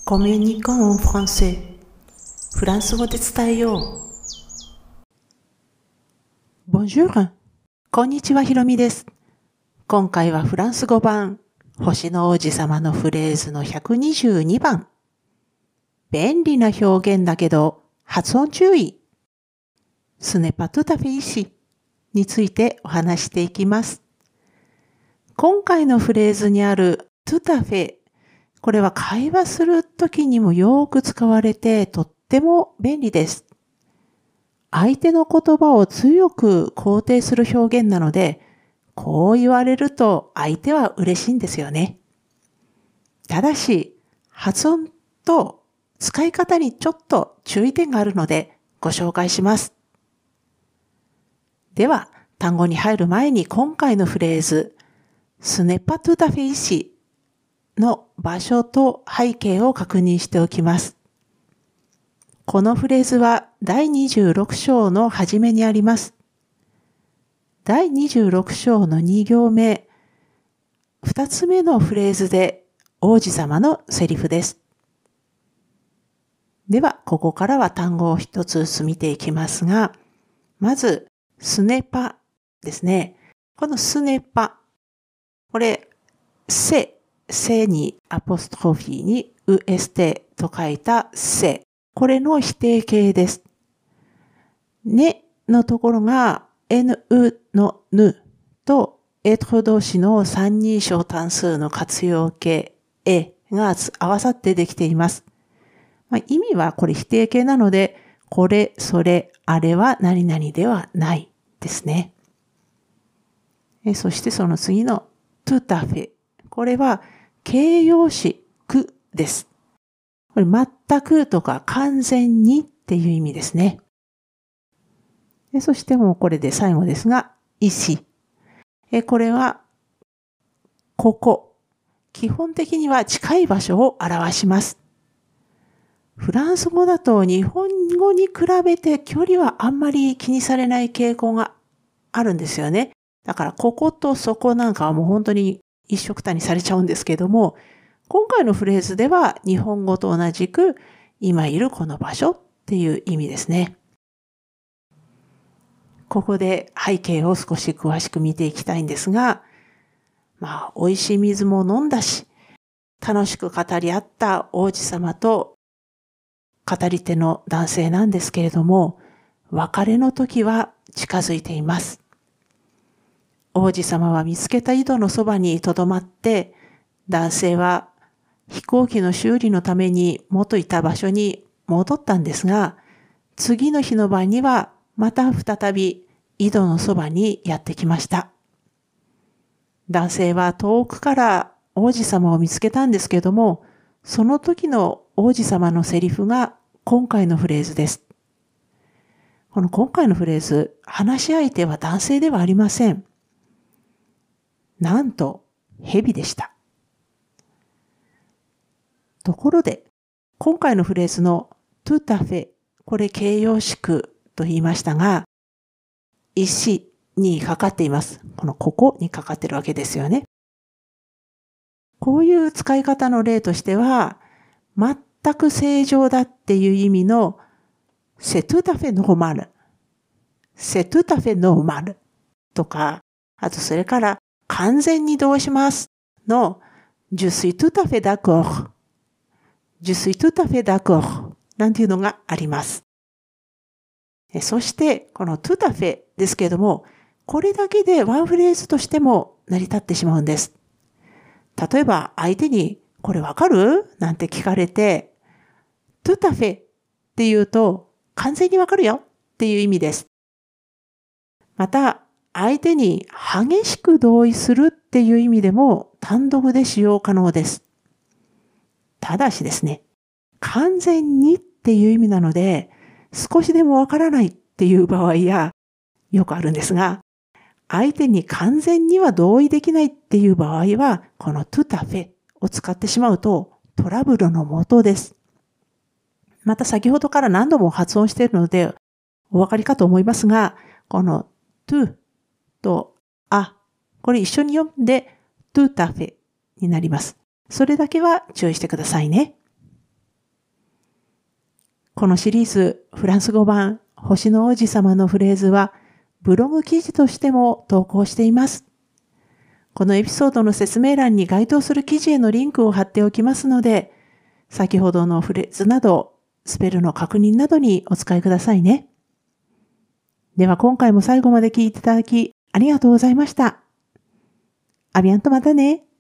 コミュニコンフランセフランス語で伝えよう。Bonjour。こんにちは、ひろみです。今回はフランス語版、星の王子様のフレーズの122番。便利な表現だけど、発音注意。Ce n'est pas tout à fait ici についてお話していきます。今回のフレーズにある tout à fait、これは会話するときにもよく使われてとっても便利です。相手の言葉を強く肯定する表現なので、こう言われると相手は嬉しいんですよね。ただし、発音と使い方にちょっと注意点があるのでご紹介します。では、単語に入る前に今回のフレーズ、Ce n'est pas tout à fait iciの場所と背景を確認しておきます。このフレーズは第26章の初めにあります。第26章の2行目、2つ目のフレーズで王子様のセリフです。では、ここからは単語を一つずつ見ていきますが、まず、スネパですね。このスネパ、これ、せにアポストロフィーに UST と書いたせ。これの否定形です。ねのところが nu のぬとêtre動詞の三人称単数の活用形が合わさってできています。意味はこれ否定形なので、これ、それ、あれは何々ではないですね。そしてその次の tout à fait。これは形容詞くです。これ全くとか完全にっていう意味ですね。そしてもうこれで最後ですが、ici。これはここ。基本的には近い場所を表します。フランス語だと日本語に比べて距離はあんまり気にされない傾向があるんですよね。だからこことそこなんかはもう本当に一緒くたにされちゃうんですけども、今回のフレーズでは日本語と同じく今いるこの場所っていう意味ですね。ここで背景を少し詳しく見ていきたいんですが、美味しい水も飲んだし、楽しく語り合った王子様と語り手の男性なんですけれども、別れの時は近づいています。王子様は見つけた井戸のそばに留まって、男性は飛行機の修理のために元いた場所に戻ったんですが、次の日の晩にはまた再び井戸のそばにやってきました。男性は遠くから王子様を見つけたんですけども、その時の王子様のセリフが今回のフレーズです。この今回のフレーズ、話し相手は男性ではありません。なんと、蛇でした。ところで、今回のフレーズの tout à fait、これ形容詞句と言いましたが、iciにかかっています。ここにかかってるわけですよね。こういう使い方の例としては、全く正常だっていう意味の c'est tout à fait normal、c'est tout à fait normal とか、あとそれから完全にどうしますの je suis tout à fait d'accord、je suis tout à fait d'accord なんていうのがあります。そしてこの tout à fait ですけれども、これだけでワンフレーズとしても成り立ってしまうんです。例えば相手にこれわかるなんて聞かれて、tout à fait って言うと完全にわかるよっていう意味です。また、相手に激しく同意するっていう意味でも単独で使用可能です。ただしですね、完全にっていう意味なので、少しでもわからないっていう場合や、よくあるんですが、相手に完全には同意できないっていう場合は、このtout à faitを使ってしまうとトラブルの元です。また先ほどから何度も発音しているのでお分かりかと思いますが、この to と あ、これ一緒に読んでtout à faitになります。それだけは注意してくださいね。 このシリーズフランス語版星の王子様のフレーズはブログ記事としても投稿しています。このエピソードの説明欄に該当する記事へのリンクを貼っておきますので、先ほどのフレーズなどスペルの確認などにお使いくださいね。では今回も最後まで聞いていただきありがとうございました。アビアンとまたね。